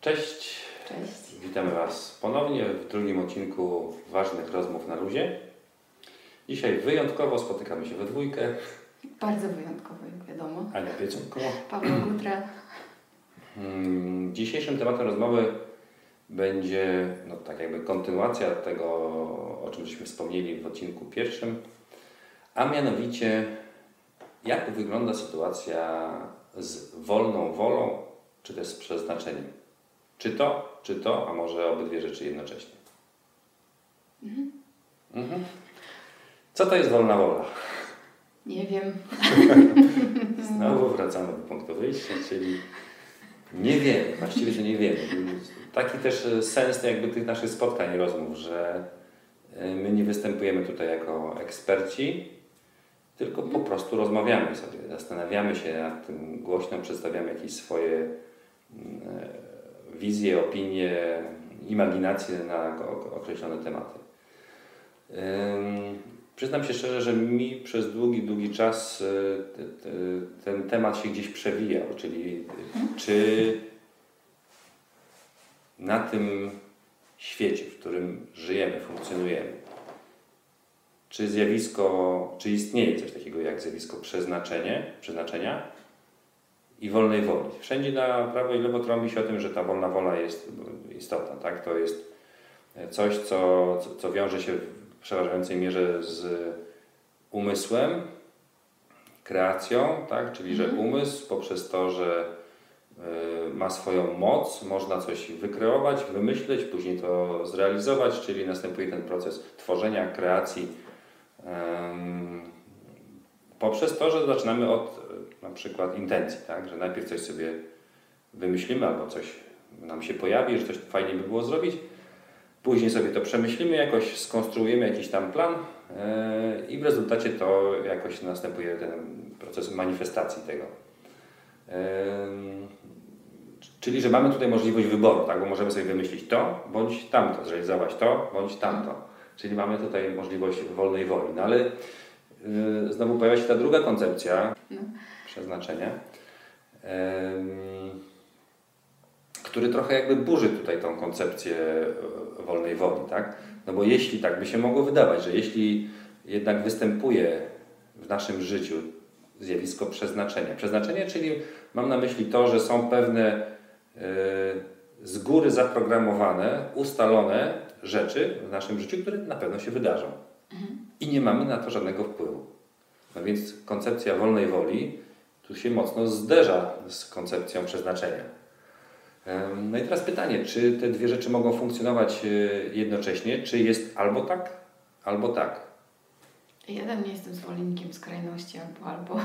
Cześć. Cześć. Witamy Was ponownie w drugim odcinku Ważnych Rozmów na Luzie. Dzisiaj wyjątkowo spotykamy się we dwójkę. Bardzo wyjątkowo, jak wiadomo. Ania Piecunko. Paweł Gutra. Dzisiejszym tematem rozmowy będzie tak jakby kontynuacja tego, o czym żeśmy wspomnieli w odcinku pierwszym, a mianowicie jak wygląda sytuacja z wolną wolą, czy też z przeznaczeniem. Czy to, a może obydwie rzeczy jednocześnie. Co to jest wolna wola? Nie wiem. Znowu wracamy do punktu wyjścia, czyli nie wiemy, właściwie to nie wiemy. Taki też sens jakby tych naszych spotkań i rozmów, że my nie występujemy tutaj jako eksperci, tylko po prostu rozmawiamy sobie, zastanawiamy się nad tym głośno, przedstawiamy jakieś swoje wizje, opinie, imaginacje na określone tematy. Przyznam się szczerze, że mi przez długi czas ten temat się gdzieś przewijał, czyli czy na tym świecie, w którym żyjemy, funkcjonujemy, czy istnieje coś takiego jak zjawisko przeznaczenia i wolnej woli. Wszędzie na prawo i lewo trąbi się o tym, że ta wolna wola jest istotna, tak? To jest coś, co wiąże się w przeważającej mierze z umysłem, kreacją, tak? Czyli że umysł poprzez to, że ma swoją moc, można coś wykreować, wymyśleć, później to zrealizować, czyli następuje ten proces tworzenia, kreacji poprzez to, że zaczynamy od na przykład intencji, tak? Że najpierw coś sobie wymyślimy albo coś nam się pojawi, że coś fajnie by było zrobić, później sobie to przemyślimy, jakoś skonstruujemy jakiś tam plan i w rezultacie to jakoś następuje ten proces manifestacji tego. Czyli, że mamy tutaj możliwość wyboru, tak? Bo możemy sobie wymyślić to, bądź tamto, zrealizować to, bądź tamto. Czyli mamy tutaj możliwość wolnej woli. No ale znowu pojawia się ta druga koncepcja przeznaczenia, który trochę jakby burzy tutaj tą koncepcję wolnej woli, tak? No bo jeśli tak by się mogło wydawać, że jeśli jednak występuje w naszym życiu zjawisko przeznaczenie, czyli mam na myśli to, że są pewne z góry zaprogramowane, ustalone rzeczy w naszym życiu, które na pewno się wydarzą. I nie mamy na to żadnego wpływu. No więc koncepcja wolnej woli tu się mocno zderza z koncepcją przeznaczenia. No i teraz pytanie, czy te dwie rzeczy mogą funkcjonować jednocześnie, czy jest albo tak, albo tak? Ja tam nie jestem zwolennikiem skrajności albo.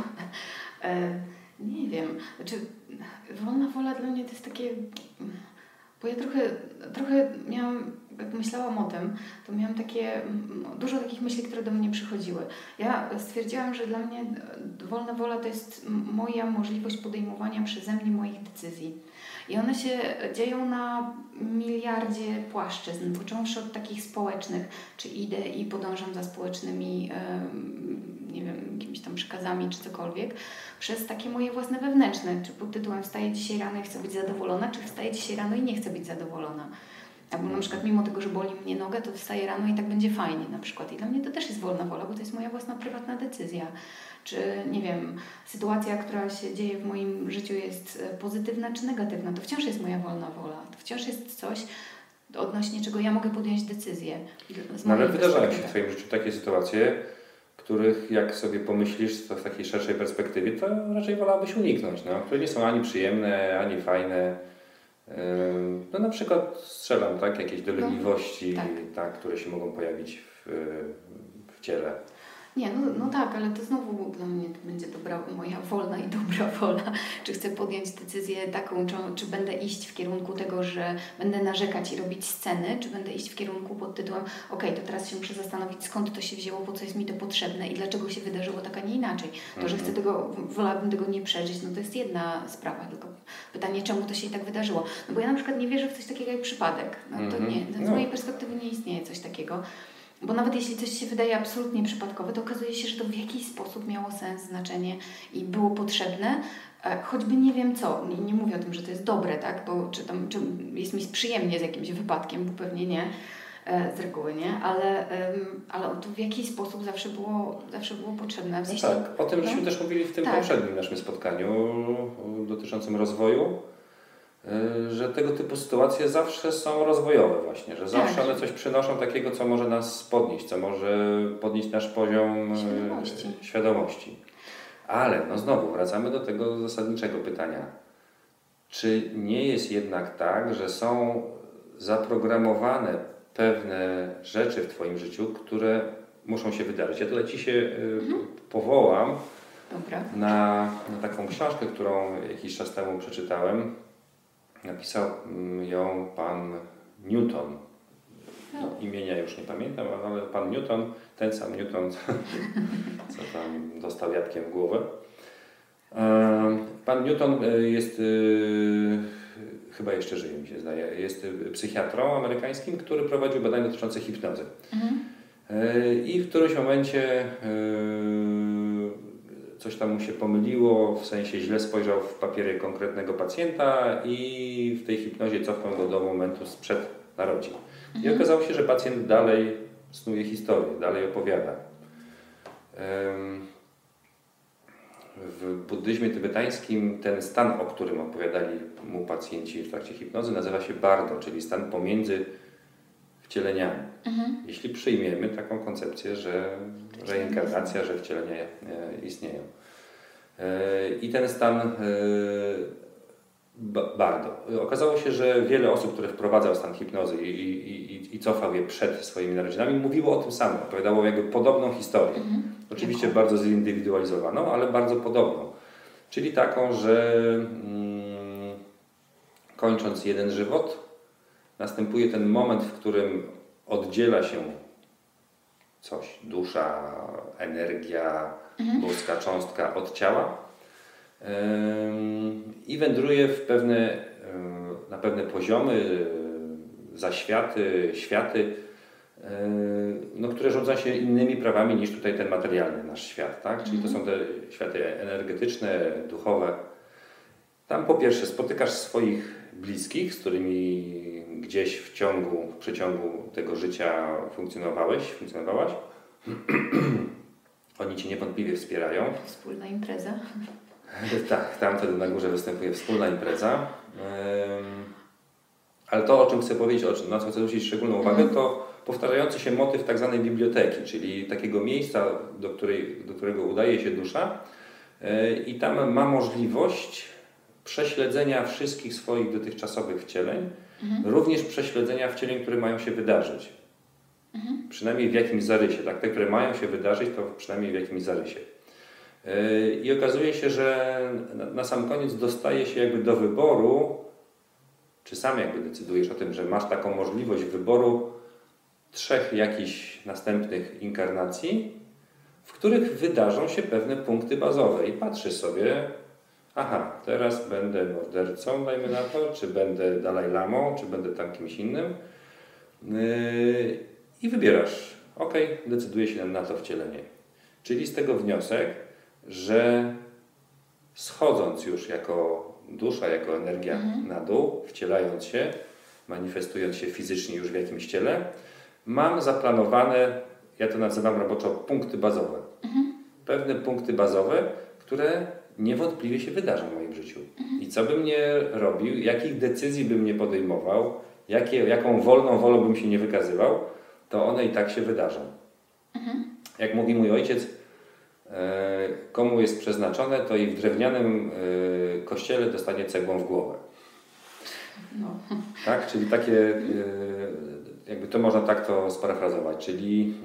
Nie wiem. Znaczy, wolna wola dla mnie to jest takie. Bo ja trochę miałam, jak myślałam o tym, to miałam dużo takich myśli, które do mnie przychodziły. Ja stwierdziłam, że dla mnie wolna wola to jest moja możliwość podejmowania przeze mnie moich decyzji. I one się dzieją na miliardzie płaszczyzn, począwszy od takich społecznych, czy idę i podążam za społecznymi, nie wiem, jakimiś tam przekazami, czy cokolwiek, przez takie moje własne wewnętrzne, czy pod tytułem wstaję dzisiaj rano i chcę być zadowolona, czy wstaję dzisiaj rano i nie chcę być zadowolona. Albo na przykład mimo tego, że boli mnie noga, to wstaję rano i tak będzie fajnie na przykład. I dla mnie to też jest wolna wola, bo to jest moja własna prywatna decyzja. Czy, nie wiem, sytuacja, która się dzieje w moim życiu jest pozytywna czy negatywna, to wciąż jest moja wolna wola. To wciąż jest coś, odnośnie czego ja mogę podjąć decyzję. Ale wydarzają się w Twoim życiu takie sytuacje, których jak sobie pomyślisz to w takiej szerszej perspektywie, to raczej wolałabyś uniknąć, które nie są ani przyjemne, ani fajne. No na przykład strzelam, tak, jakieś dolegliwości, tak, które się mogą pojawić w ciele. Nie, no tak, ale to znowu dla mnie to będzie moja wolna i dobra wola. Czy chcę podjąć decyzję taką, czy będę iść w kierunku tego, że będę narzekać i robić sceny, czy będę iść w kierunku pod tytułem to teraz się muszę zastanowić, skąd to się wzięło, po co jest mi to potrzebne i dlaczego się wydarzyło tak, a nie inaczej. To, że chcę wolałabym tego nie przeżyć, to jest jedna sprawa, tylko pytanie, czemu to się i tak wydarzyło. No bo ja na przykład nie wierzę w coś takiego jak przypadek. To nie, z mojej perspektywy nie istnieje coś takiego. Bo nawet jeśli coś się wydaje absolutnie przypadkowe, to okazuje się, że to w jakiś sposób miało sens, znaczenie i było potrzebne, choćby nie wiem co, nie mówię o tym, że to jest dobre, tak? Bo czy jest mi przyjemnie z jakimś wypadkiem, bo pewnie nie, z reguły nie, ale to w jakiś sposób zawsze było potrzebne. W sensie, tak, o tym żeśmy też mówili w tym poprzednim naszym spotkaniu dotyczącym rozwoju, że tego typu sytuacje zawsze są rozwojowe właśnie, że zawsze one coś przynoszą takiego, co może nas podnieść, co może podnieść nasz poziom świadomości. Ale znowu wracamy do tego zasadniczego pytania. Czy nie jest jednak tak, że są zaprogramowane pewne rzeczy w Twoim życiu, które muszą się wydarzyć? Ja tutaj Ci się powołam na taką książkę, którą jakiś czas temu przeczytałem. Napisał ją pan Newton. Imienia już nie pamiętam, ale pan Newton, ten sam Newton, co tam dostał jabłkiem w głowę. Pan Newton jest, chyba jeszcze żyje, mi się zdaje, jest psychiatrą amerykańskim, który prowadził badania dotyczące hipnozy. I w którymś momencie coś tam mu się pomyliło, w sensie źle spojrzał w papiery konkretnego pacjenta i w tej hipnozie cofnął go do momentu sprzed narodzin. I okazało się, że pacjent dalej snuje historię, dalej opowiada. W buddyzmie tybetańskim ten stan, o którym opowiadali mu pacjenci w trakcie hipnozy, nazywa się bardo, czyli stan pomiędzy wcieleniami. Jeśli przyjmiemy taką koncepcję, że reinkarnacja, że wcielenia istnieją. I ten stan bardo. Okazało się, że wiele osób, które wprowadzał stan hipnozy i cofał je przed swoimi narodzinami, mówiło o tym samym. Opowiadało jakby podobną historię. Oczywiście bardzo zindywidualizowaną, ale bardzo podobną. Czyli taką, że kończąc jeden żywot, następuje ten moment, w którym oddziela się coś, dusza, energia, boska cząstka od ciała i wędruje na pewne poziomy, zaświaty, światy, które rządzą się innymi prawami niż tutaj ten materialny nasz świat. Tak? Czyli to są te światy energetyczne, duchowe. Tam po pierwsze spotykasz swoich bliskich, z którymi gdzieś w przeciągu tego życia funkcjonowałaś. Oni Cię niewątpliwie wspierają. Wspólna impreza. Tak, tam wtedy na górze występuje wspólna impreza. Ale to, o czym chcę powiedzieć, na co chcę zwrócić szczególną uwagę, to powtarzający się motyw tak zwanej biblioteki, czyli takiego miejsca, do którego udaje się dusza i tam ma możliwość prześledzenia wszystkich swoich dotychczasowych wcieleń, również prześledzenia wcieleń, które mają się wydarzyć. Przynajmniej w jakimś zarysie. Tak? Te, które mają się wydarzyć, to przynajmniej w jakimś zarysie. I okazuje się, że na sam koniec dostaje się jakby do wyboru, czy sam jakby decydujesz o tym, że masz taką możliwość wyboru 3 jakichś następnych inkarnacji, w których wydarzą się pewne punkty bazowe i patrzysz sobie, aha, teraz będę mordercą, dajmy na to, czy będę Dalaj Lamą, czy będę tam kimś innym i wybierasz, decyduję się na to wcielenie. Czyli z tego wniosek, że schodząc już jako dusza, jako energia na dół, wcielając się, manifestując się fizycznie już w jakimś ciele, mam zaplanowane, ja to nazywam roboczo punkty bazowe. Pewne punkty bazowe, które niewątpliwie się wydarzą w moim życiu. I co bym nie robił, jakich decyzji bym nie podejmował, jaką wolną wolą bym się nie wykazywał, to one i tak się wydarzą. Jak mówi mój ojciec, komu jest przeznaczone, to i w drewnianym kościele dostanie cegłą w głowę. Tak? Czyli takie, jakby to można tak to sparafrazować, czyli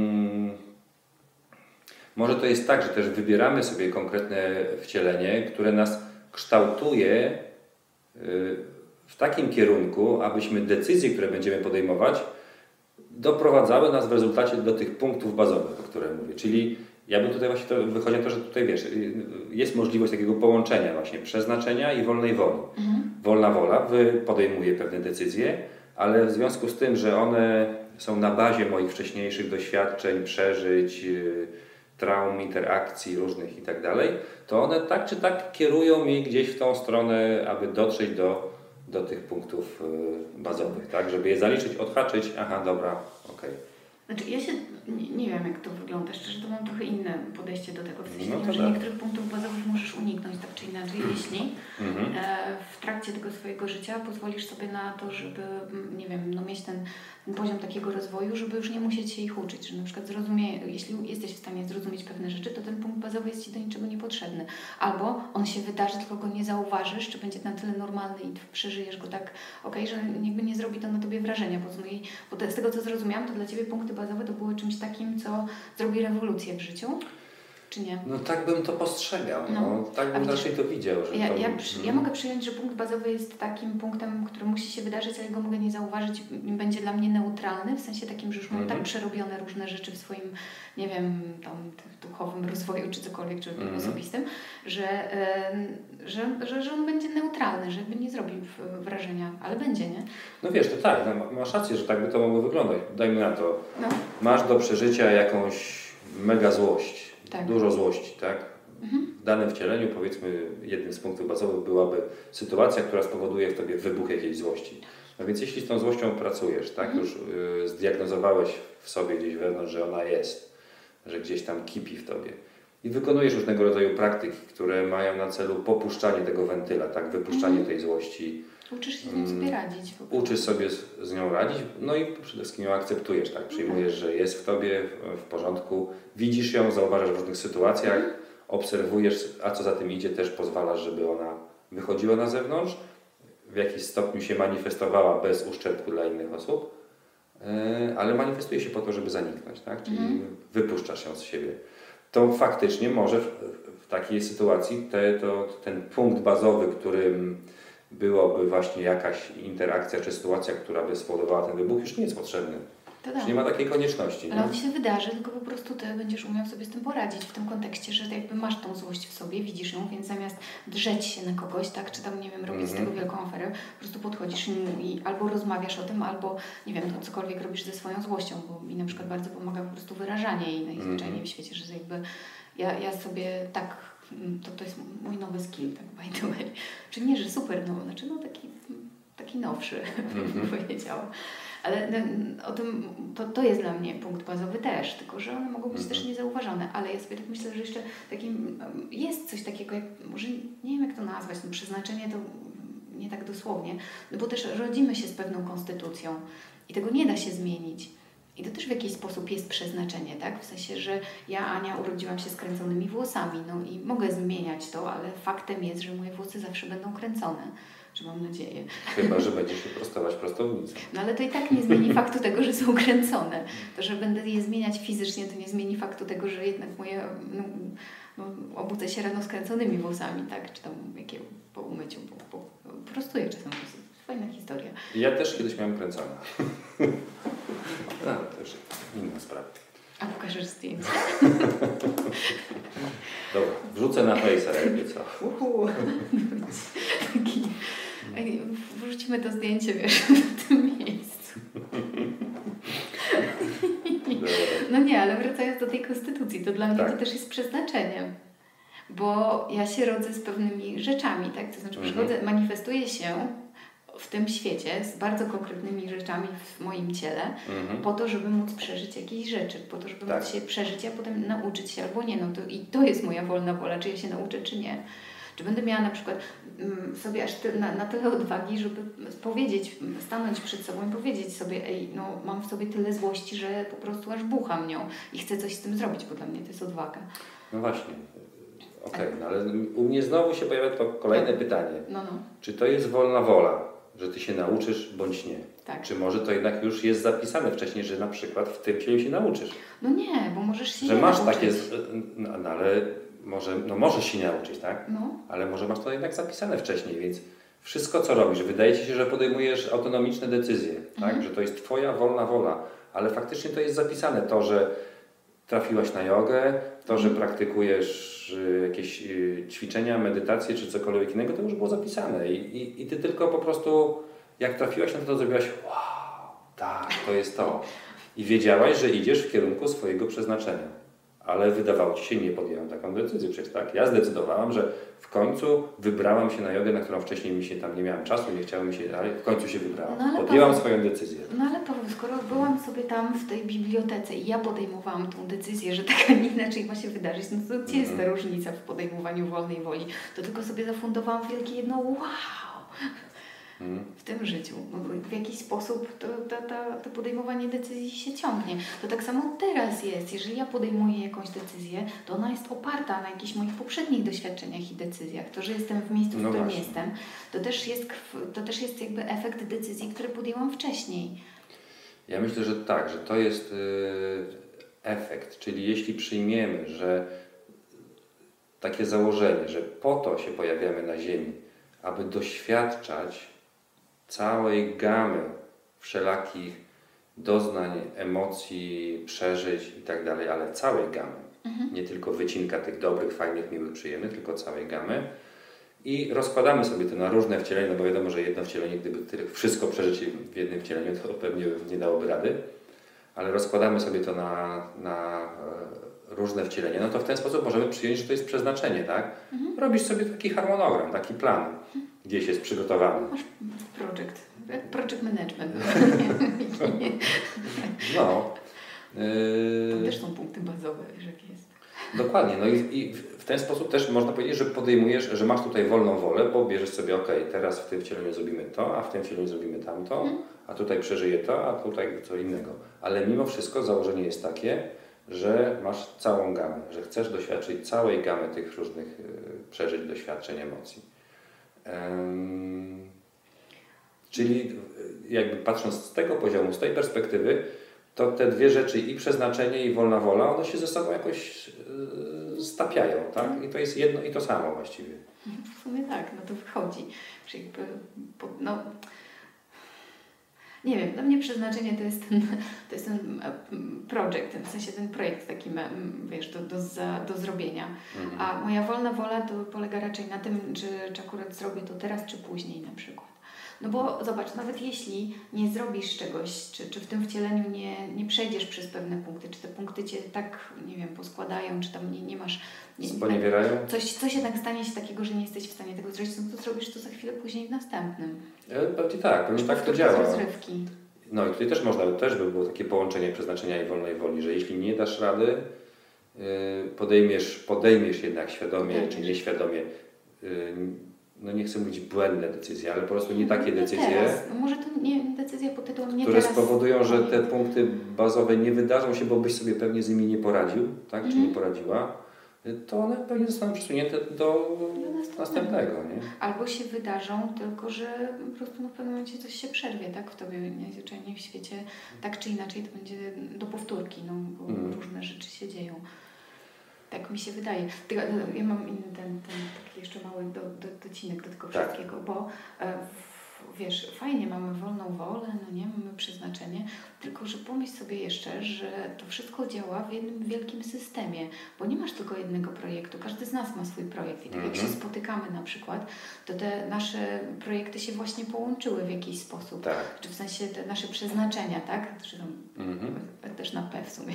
może to jest tak, że też wybieramy sobie konkretne wcielenie, które nas kształtuje w takim kierunku, abyśmy decyzje, które będziemy podejmować, doprowadzały nas w rezultacie do tych punktów bazowych, o których mówię. Czyli ja bym tutaj właśnie wychodzi na to, że tutaj jest możliwość takiego połączenia właśnie przeznaczenia i wolnej woli. Wolna wola podejmuje pewne decyzje, ale w związku z tym, że one są na bazie moich wcześniejszych doświadczeń, przeżyć, traum, interakcji różnych i tak dalej, to one tak czy tak kierują mnie gdzieś w tą stronę, aby dotrzeć do tych punktów bazowych, tak? Żeby je zaliczyć, odhaczyć, aha, dobra, okej. Znaczy ja się nie wiem, jak to wygląda. Szczerze, to mam trochę inne podejście do tego. W sensie, No to że tak. niektórych punktów bazowych możesz uniknąć tak czy inaczej, jeśli w trakcie tego swojego życia pozwolisz sobie na to, żeby, nie wiem, no mieć ten poziom takiego rozwoju, żeby już nie musieć się ich uczyć. Że na przykład jeśli jesteś w stanie zrozumieć pewne rzeczy, to ten punkt bazowy jest Ci do niczego niepotrzebny. Albo on się wydarzy, tylko go nie zauważysz, czy będzie na tyle normalny i przeżyjesz go tak, że jakby nie zrobi to na Tobie wrażenia. Bo z tego, co zrozumiałam, to dla Ciebie punkty bazowe to było czymś takim, co zrobi rewolucję w życiu, czy nie? No tak bym to postrzegał, tak bym raczej to widział. Że ja mogę przyjąć, że punkt bazowy jest takim punktem, który musi się wydarzyć, ale go mogę nie zauważyć i będzie dla mnie neutralny, w sensie takim, że już mam tak przerobione różne rzeczy w swoim, nie wiem, tam duchowym rozwoju, czy cokolwiek, czy osobistym, że on będzie neutralny, że jakby nie zrobi wrażenia, ale będzie, nie? No wiesz, to tak, masz rację, że tak by to mogło wyglądać. Dajmy na to, masz do przeżycia jakąś mega złość, dużo złości, tak? W danym wcieleniu, powiedzmy, jednym z punktów bazowych byłaby sytuacja, która spowoduje w Tobie wybuch jakiejś złości. No więc jeśli z tą złością pracujesz, tak, już zdiagnozowałeś w sobie gdzieś wewnątrz, że ona jest, że gdzieś tam kipi w Tobie i wykonujesz różnego rodzaju praktyki, które mają na celu popuszczanie tego wentyla, tak, wypuszczanie tej złości. Uczysz się z nią sobie radzić. Uczysz sobie z nią radzić, no i przede wszystkim ją akceptujesz, tak? Przyjmujesz, że jest w Tobie, w porządku, widzisz ją, zauważasz w różnych sytuacjach, obserwujesz, a co za tym idzie, też pozwalasz, żeby ona wychodziła na zewnątrz, w jakiś stopniu się manifestowała bez uszczerbku dla innych osób, ale manifestuje się po to, żeby zaniknąć, tak? Czyli wypuszczasz ją z siebie. To faktycznie może w takiej sytuacji ten punkt bazowy, którym byłoby właśnie jakaś interakcja czy sytuacja, która by spowodowała ten wybuch, już nie jest potrzebny. Już nie ma takiej konieczności. Ale on się wydarzy, tylko po prostu Ty będziesz umiał sobie z tym poradzić w tym kontekście, że jakby masz tą złość w sobie, widzisz ją, więc zamiast drzeć się na kogoś, tak, czy tam, nie wiem, robić z tego wielką aferę, po prostu podchodzisz i albo rozmawiasz o tym, albo, nie wiem, to cokolwiek robisz ze swoją złością, bo mi na przykład bardzo pomaga po prostu wyrażanie jej najzwyczajniej w świecie, że jakby ja sobie tak, to jest mój nowy skill, tak by the way. Czyli nie, że super, taki nowszy, bym powiedziała. Ale o tym, to jest dla mnie punkt bazowy też, tylko że one mogą być też niezauważone, ale ja sobie tak myślę, że jeszcze takim jest coś takiego, jak, może nie wiem jak to nazwać, przeznaczenie to nie tak dosłownie, no bo też rodzimy się z pewną konstytucją i tego nie da się zmienić. I to też w jakiś sposób jest przeznaczenie, tak? W sensie, że ja, Ania, urodziłam się z kręconymi włosami, no i mogę zmieniać to, ale faktem jest, że moje włosy zawsze będą kręcone. Że mam nadzieję. Chyba, że będziesz się prostować prostownicą. No ale to i tak nie zmieni faktu tego, że są kręcone. To, że będę je zmieniać fizycznie, to nie zmieni faktu tego, że jednak moje, obudzę się rano z kręconymi włosami, tak? Czy tam jakie po umyciu, prostuję czasem włosy. Fajna historia. Ja też kiedyś miałem kręcone. No, to już inna sprawa. A pokażesz zdjęcie? Dobra, wrzucę na Face'a, jakby co. Wrzucimy to zdjęcie, wiesz, w tym miejscu. No nie, ale wracając do tej konstytucji, to dla mnie to też jest przeznaczeniem. Bo ja się rodzę z pewnymi rzeczami, tak? To znaczy manifestuję się w tym świecie z bardzo konkretnymi rzeczami w moim ciele, po to, żeby móc przeżyć jakieś rzeczy, po to, żeby móc się przeżyć, a potem nauczyć się albo nie. To jest moja wolna wola, czy ja się nauczę, czy nie. Czy będę miała na przykład sobie aż na tyle odwagi, żeby powiedzieć, stanąć przed sobą i powiedzieć sobie, mam w sobie tyle złości, że po prostu aż bucham nią i chcę coś z tym zrobić, bo dla mnie to jest odwaga. No właśnie. Okej, ale u mnie znowu się pojawia to kolejne pytanie. Czy to jest wolna wola, że Ty się nauczysz bądź nie? Tak. Czy może to jednak już jest zapisane wcześniej, że na przykład w tym się nauczysz? No nie, bo możesz się że masz nauczyć. Ale możesz się nie nauczyć, tak? No. Ale może masz to jednak zapisane wcześniej, więc wszystko co robisz, wydaje Ci się, że podejmujesz autonomiczne decyzje, tak? Że to jest Twoja wolna wola, ale faktycznie to jest zapisane. To, że trafiłaś na jogę, to, że praktykujesz jakieś ćwiczenia, medytacje czy cokolwiek innego, to już było zapisane i Ty tylko po prostu jak trafiłaś na to zrobiłaś wow, tak, to jest to. I wiedziałaś, że idziesz w kierunku swojego przeznaczenia. ale wydawało Ci się, nie podjąłem taką decyzję przecież, tak? Ja zdecydowałam, że w końcu wybrałam się na jogę, na którą wcześniej mi się tam nie miałem czasu, nie chciałem mi się, ale w końcu się wybrałam. No ale Podjęłam Paweł, swoją decyzję. No ale Paweł, skoro byłam sobie tam w tej bibliotece i ja podejmowałam tą decyzję, że tak, a nie inaczej ma się wydarzyć, no to gdzie jest ta różnica w podejmowaniu wolnej woli? To tylko sobie zafundowałam wielkie jedno wow w tym życiu. No, w jakiś sposób to podejmowanie decyzji się ciągnie. To tak samo teraz jest. Jeżeli ja podejmuję jakąś decyzję, to ona jest oparta na jakichś moich poprzednich doświadczeniach i decyzjach. To, że jestem w miejscu, w którym jestem, to też jest jakby efekt decyzji, które podjęłam wcześniej. Ja myślę, że tak, że to jest efekt, czyli jeśli przyjmiemy, że takie założenie, że po to się pojawiamy na Ziemi, aby doświadczać całej gamy wszelakich doznań, emocji, przeżyć i tak dalej, ale całej gamy, nie tylko wycinka tych dobrych, fajnych, miłych, przyjemnych, tylko całej gamy. I rozkładamy sobie to na różne wcielenia, no bo wiadomo, że jedno wcielenie, gdyby wszystko przeżyć w jednym wcieleniu, to pewnie nie dałoby rady, ale rozkładamy sobie to na różne wcielenia, no to w ten sposób możemy przyjąć, że to jest przeznaczenie, tak? Robisz sobie taki harmonogram, taki plan, gdzieś jest przygotowany. Masz project management. No. To też są punkty bazowe, wiesz jak jest. Dokładnie, no i w ten sposób też można powiedzieć, że podejmujesz, że masz tutaj wolną wolę, bo bierzesz sobie, teraz w tym wcieleniu zrobimy to, a w tym wcieleniu zrobimy tamto, a tutaj przeżyję to, a tutaj co innego. Ale mimo wszystko założenie jest takie, że masz całą gamę, że chcesz doświadczyć całej gamy tych różnych przeżyć, doświadczeń, emocji. Czyli jakby patrząc z tego poziomu, z tej perspektywy, to te dwie rzeczy, i przeznaczenie, i wolna wola, one się ze sobą jakoś stapiają, tak? I to jest jedno i to samo właściwie. W sumie tak, no to wychodzi. Że jakby, nie wiem, dla mnie przeznaczenie to jest ten projekt, w sensie ten projekt taki, wiesz, do zrobienia. A moja wolna wola to polega raczej na tym, czy akurat zrobię to teraz, czy później na przykład. No bo zobacz, nawet jeśli nie zrobisz czegoś, czy w tym wcieleniu nie przejdziesz przez pewne punkty, czy te punkty Cię tak, nie wiem, poskładają, czy tam nie masz... Sponiewierają? Coś jednak stanie się takiego, że nie jesteś w stanie tego zrobić, no to zrobisz to za chwilę później w następnym. Pewnie tak to działa. Rozrywki. No i tutaj też by było takie połączenie przeznaczenia i wolnej woli, że jeśli nie dasz rady, podejmiesz jednak świadomie czy nieświadomie, no nie chcę mówić błędne decyzje, ale po prostu nie takie decyzje, teraz. No może to nie decyzja pod tytułem nie które teraz. spowodują, że te punkty bazowe nie wydarzą się, bo byś sobie pewnie z nimi nie poradził, tak? Czy nie poradziła, to one pewnie zostaną przesunięte do następnego. Nie? Albo się wydarzą, tylko że po prostu w pewnym momencie coś się przerwie, tak? W Tobie najzwyczajniej w świecie, tak czy inaczej to będzie do powtórki, no bo różne rzeczy się dzieją. Tak mi się wydaje. Ja mam inny taki jeszcze mały docinek do tego wszystkiego, bo wiesz, fajnie, mamy wolną wolę, no nie, mamy przeznaczenie, tylko że pomyśl sobie jeszcze, że to wszystko działa w jednym wielkim systemie, bo nie masz tylko jednego projektu, każdy z nas ma swój projekt i tak jak się spotykamy na przykład, to te nasze projekty się właśnie połączyły w jakiś sposób, tak. Czy w sensie te nasze przeznaczenia, tak? Czy tam, też na P w sumie.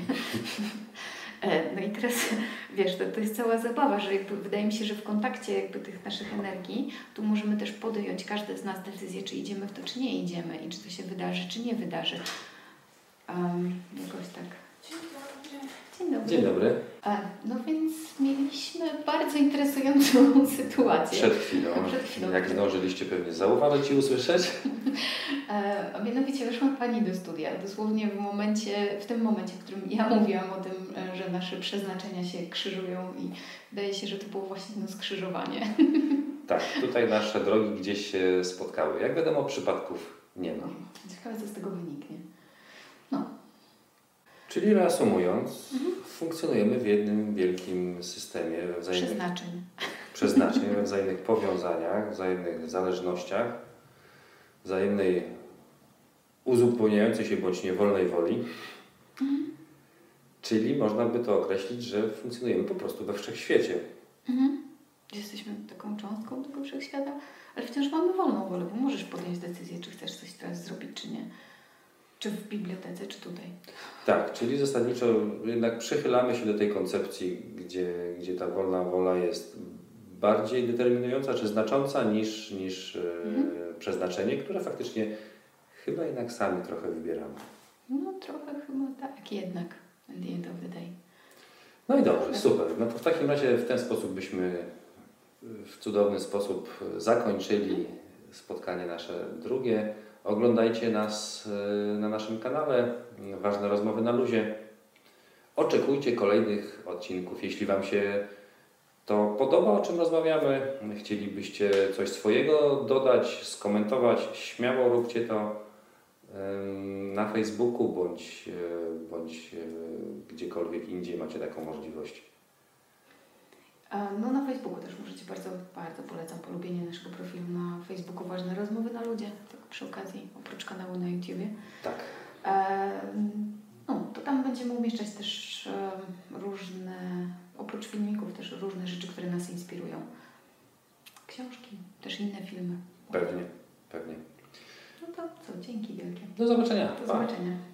No i teraz, wiesz, to jest cała zabawa, że jakby wydaje mi się, że w kontakcie jakby tych naszych energii, tu możemy też podjąć każdy z nas decyzję, czy idziemy w to, czy nie idziemy i czy to się wydarzy, czy nie wydarzy. Jakoś tak. Dzień dobry. Dzień dobry. No więc mieliśmy bardzo interesującą sytuację. Przed chwilą. Jak zdążyliście pewnie zauważyć i usłyszeć. A mianowicie weszła Pani do studia, dosłownie w tym momencie, w którym ja mówiłam o tym, że nasze przeznaczenia się krzyżują i wydaje się, że to było właśnie skrzyżowanie. Tak, tutaj nasze drogi gdzieś się spotkały. Jak wiadomo, przypadków nie ma. Ciekawe, co z tego wyniknie. No. Czyli reasumując, funkcjonujemy w jednym wielkim systemie przeznaczeń, we wzajemnych powiązaniach, wzajemnych zależnościach, wzajemnej uzupełniającej się bądź niewolnej woli. Czyli można by to określić, że funkcjonujemy po prostu we wszechświecie. Jesteśmy taką cząstką tego wszechświata, ale wciąż mamy wolną wolę, bo możesz podjąć decyzję, czy chcesz coś teraz zrobić, czy nie. Czy w bibliotece, czy tutaj? Tak, czyli zasadniczo jednak przychylamy się do tej koncepcji, gdzie ta wolna wola jest bardziej determinująca czy znacząca niż przeznaczenie, które faktycznie chyba jednak sami trochę wybieramy. No trochę chyba tak jednak, at the end of the day. No i dobrze, super. No to w takim razie w ten sposób byśmy w cudowny sposób zakończyli spotkanie nasze drugie. Oglądajcie nas na naszym kanale Ważne Rozmowy na Luzie. Oczekujcie kolejnych odcinków. Jeśli Wam się to podoba, o czym rozmawiamy, chcielibyście coś swojego dodać, skomentować, śmiało róbcie to na Facebooku bądź gdziekolwiek indziej macie taką możliwość. No na Facebooku też możecie, bardzo, bardzo polecam polubienie naszego profilu na Facebooku Ważne Rozmowy na Ludzie, tak przy okazji, oprócz kanału na YouTubie. Tak. No, to tam będziemy umieszczać też różne, oprócz filmików, też różne rzeczy, które nas inspirują. Książki, też inne filmy. Pewnie, pewnie. No to co, dzięki wielkie. Do zobaczenia. Do zobaczenia.